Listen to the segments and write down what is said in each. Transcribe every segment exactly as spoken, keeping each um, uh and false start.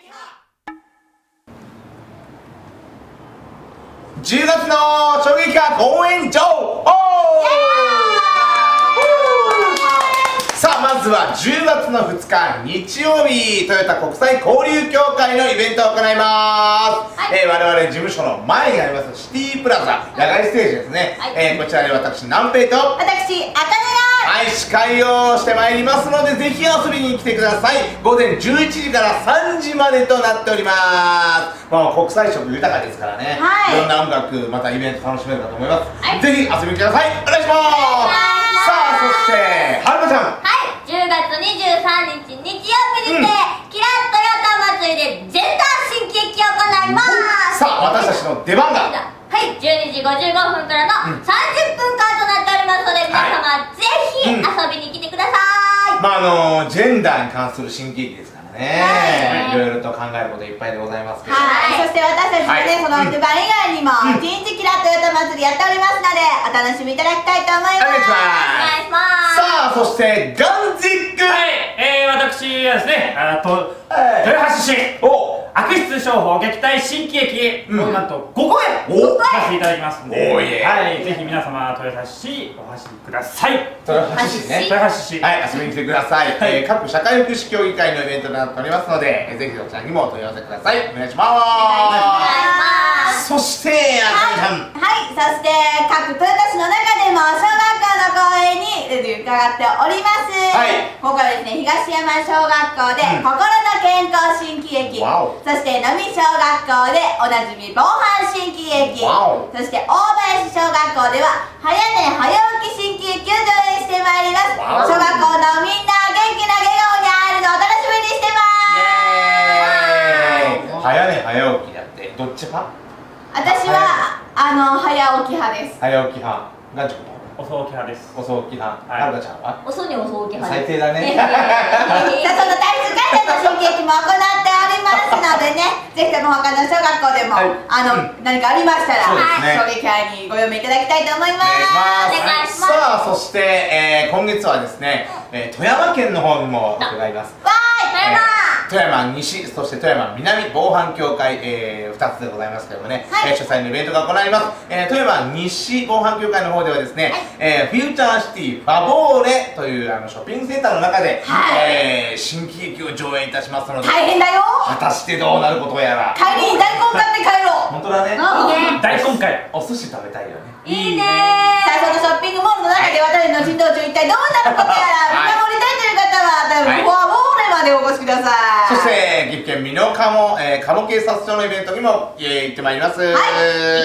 じゅうがつの衝撃波公演情報。さあまずはじゅうがつのふつか日曜日、トヨタ国際交流協会のイベントを行います、はい。えー、我々事務所の前にありますシティプラザ野外ステージですね、はい。えー、こちらで私南平と私あかねがはい司会をしてまいりますので、ぜひ遊びに来てください。午前じゅういちじからさんじまでとなっております。まあ、国際色豊かですからね、はい、いろんな音楽またイベント楽しめるかと思います、はい、ぜひ遊びに来てください。お願いします。さあそしてはるかちゃん、 はい、じゅうがつにじゅうさんにち日曜日にて、うん、キラトヨタ祭りでジェンダー新喜劇を行います。 さあ私たちの出番がはい、じゅうにじごじゅうごふんからのさんじゅっぷんかんとなっておりますので、皆様、はい、ぜひ遊びに来てください。 まああのジェンダーに関する新喜劇ですからね、はい、いろいろと考えることいっぱいでございますけど、 はい、そして私たちもね、その出番以外にも一日キラトヨタ祭りやっておりますので、お楽しみいただきたいと思います。お願いします。 さあそしてガンジック、 はい、えー、私はですね、あと豊橋市悪質商法撃退新喜劇、うん、なんとごこえんさせていただきますので、はい、ぜひ皆様豊橋市お走りください。 豊橋市ね、 豊橋市、 はい、遊びに来てください、はい。えー、各社会福祉協議会のイベントとなっておりますので、ぜひそちらにもお問い合わせください。お願いします。そしてあかねちゃん、 はい、はい、そして各豊田市の中でも小学校の公園に伺っております、はい、今回はですね、東山小学校で、うん、心の健康新喜劇、そして能美小学校でおなじみ防犯新喜劇、そして大林小学校では早寝早起き新喜劇を上演してまいります。小学校のみんな元気な笑顔に会えるのを楽しみにしてます。 早寝早起きだって、どっち派？ 私はあの早起き派です。 早起き派。何ちゃん？ 遅起き派です。 遅起き派。はるかちゃんは？ 遅に遅起き派です。最低だね。 さあその体育会の新喜劇も行っておりますのでね、ぜひとも他の小学校でも、はい、あの、うん、何かありましたら、ね、衝撃波にご読みいただきたいと思います。 お願いします。さあそして、えー、今月はですね、えー、富山県の方にも伺います。 わーい、富山、 えー、富山西、そして富山南防犯協会、えー、ふたつでございますけどもね、はい、えー、主催のイベントが行われます。えー、富山西防犯協会の方ではですね、はい、えー、フューチャーシティファボーレというあのショッピングセンターの中で、はい、えー、新喜劇を上演いたしますので、 大変だよ。 果たしてどうなることやら。 帰りに大根買って帰ろう。 本当だね。 いいね。 大根会、 お寿司食べたいよね。 いいね。さあそのショッピングモールの中で私の珍道中一体どうなることやら見守りたいという方は多分フォアボーレまでお越しください。 そして岐阜県美濃加茂、えー、加茂警察署のイベントにも、えー、行ってまいります。はい。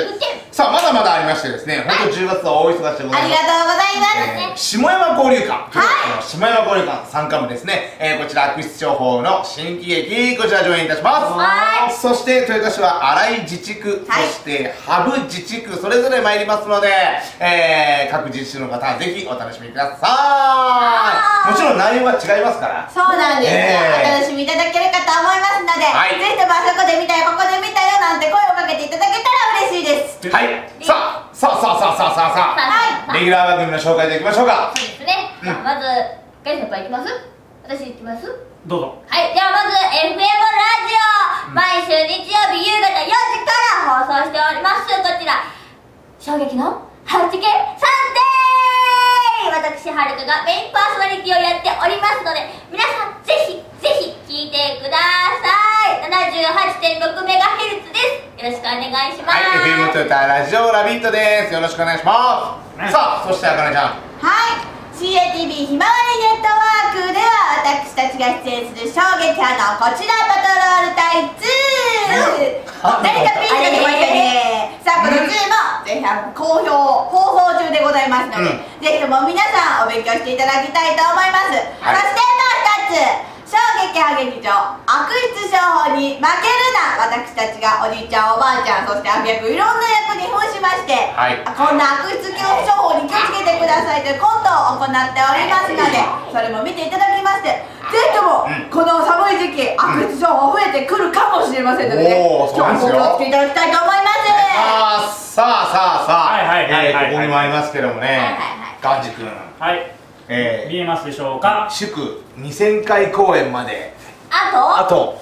さあまだまだありましてですね、本当じゅうがつは大忙しでございます。 ありがとうございます。 えー、下山交流館、はい、下山交流館さんか部ですね、えー、こちら悪質商法の新喜劇、こちら上演いたします。はい。そして豊田市は新井自治区、はい、そして羽生自治区それぞれ参りますので、えー、各自治区の方ぜひお楽しみください。もちろん内容は違いますから。 そうなんです、えー、お楽しみいただけるかと思いますので、はい、ぜひともあそこで見たよここで見たよなんて声をかけていただけたら嬉しいです。 はい。さあさあさあさあさあさあさあ、はい、レギュラー番組の紹介でいきましょうか。 そうですね、うん、まずガイ先輩いきます？私いきます？ どうぞ。 はい、ではまず エフエム ラジオ、うん、毎週日曜日夕方よじから放送しております。こちら衝撃のはちけサンデー、私はるかがメインパーソナリティをやっておりますので、皆さんぜひぜひ聞いてください。 ななじゅうはちてんろくメガヘルツ です。よろしくお願いします。 はい、 エフエム トヨタラジオラビットです。よろしくお願いします、ね、さあそしてあかねちゃん、 はい、 シーエーティービー ひまわりネットワークでは私たちが出演する衝撃波のこちらパトロール隊ツー、何かピンときましたね。さあこのツーもぜひ好評放送中でございますので、うん、ぜひとも皆さんお勉強していただきたいと思います、はい、そしてもう一つ、衝撃波劇場悪質商法に負けるな、私たちがおじいちゃんおばあちゃんそして悪役いろんな役に扮しまして、はい、こんな悪質商法に気をつけてくださいというコントを行っておりますので、それも見ていただきまして、ぜひとも、うん、この寒い時期悪質商法増えてくるかもしれませんのでね、今日もお気をつけいただきたいと思います。 さあさあさあ、ここにもありますけどもね、ガンジ君、 はい、えー、見えますでしょうか。 祝にせんかい公演まであとあと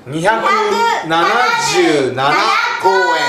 にひゃくななじゅうななこうえんでございます。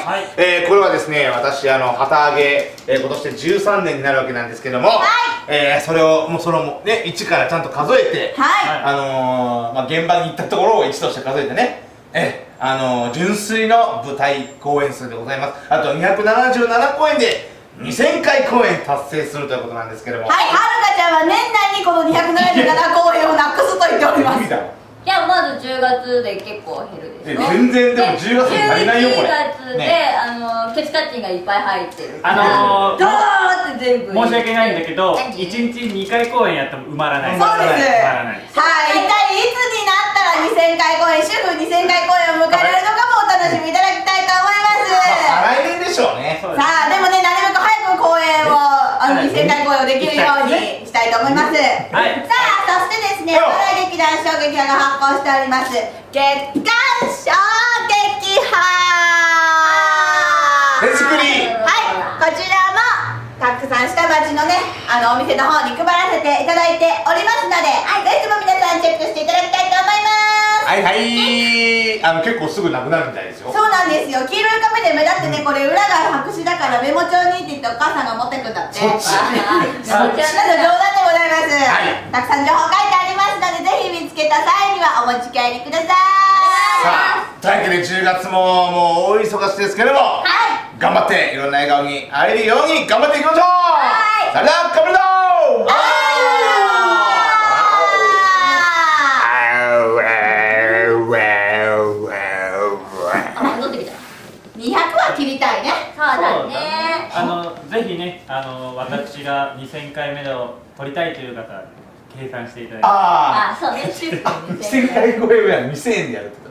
はい、えー、これはですね、私あの旗揚げ、えー、今年でじゅうさんねんになるわけなんですけども、はい、えー、それをもうそのもねいちからちゃんと数えて、はい、あのー、まあ現場に行ったところをいちとして数えてね、えー、あのー、純粋の舞台公演数でございます。あとにひゃくななじゅうななこうえんでにせんかい公演達成するということなんですけども、 はい、はるかちゃんは年内にこのにひゃくななじゅうななこうえんをなくすと言っております。 いや、まずじゅうがつで結構減るでしょ。 全然でもじゅうがつに足りないよこれ。 じゅういちがつで、ね、あのケチカッチンがいっぱい入ってる。 あのー、 ドーって全部。 申し訳ないんだけど、いちにちにかい公演やっても埋まらない。 そうです。はい、一体いつになったらにせんかい公演、主婦にせんかい公演を迎えられるのかもお楽しみいただきたいと思います。 まあ、来年でしょうね。 さあ、でもね、なるべく早く公演を、あのにせんかい公演をできるようにしたいと思います。はい、さあ、そしてですね、お笑い劇団衝撃波が発行しております月刊衝撃波手作り、 はい、こちらもたくさん下町のね、あのお店の方に配らせていただいておりますので、はい、ぜひとも皆さんチェックしていただきたいと思います。 はいはい、あの結構すぐなくなるみたいですよ。 そうなんですよ、黄色い紙で目立ってね、これ裏が白紙だからメモ帳にって言ってお母さんが持ってくんだって。そっちなの冗談でございます、はい、たくさん情報書いてありますので、ぜひ見つけた際にはお持ち帰りください。さあ、というわけでじゅうがつももう大忙しですけれども、はい、頑張っていろんな笑顔に会えるように頑張っていきましょう。はい、それでは頑張るぞー。 にひゃくは切りたいね。 そうだね。 あのぜひね、あの私がにせんかいめを取りたいという方計算していただいて。 ああ、そうね。にせんかい超えはにせんえんでやるってこと。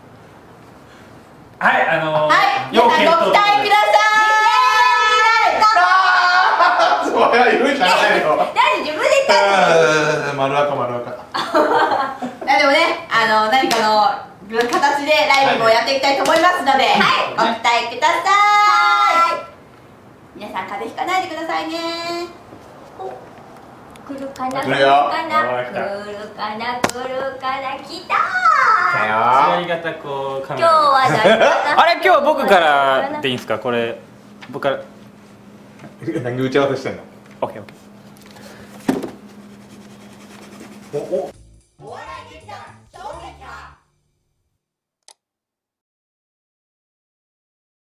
はい、あのはい、皆さんご期待ください。 ああ、そうや言うじゃないよ。 なんで自分で言ったの？ 丸赤丸赤。 でもね、あの何かの形でライブをやっていきたいと思いますので、はい、ご期待ください。皆さん風邪ひかないでくださいね。 来るかな来るよ。 るかな来るかな来るかな来たー。座り方こう。 今日は何？ あれ今日僕からでいいんですかこれ僕から。 何打ち合わせしてんの？ オッケーオッケー。 おお。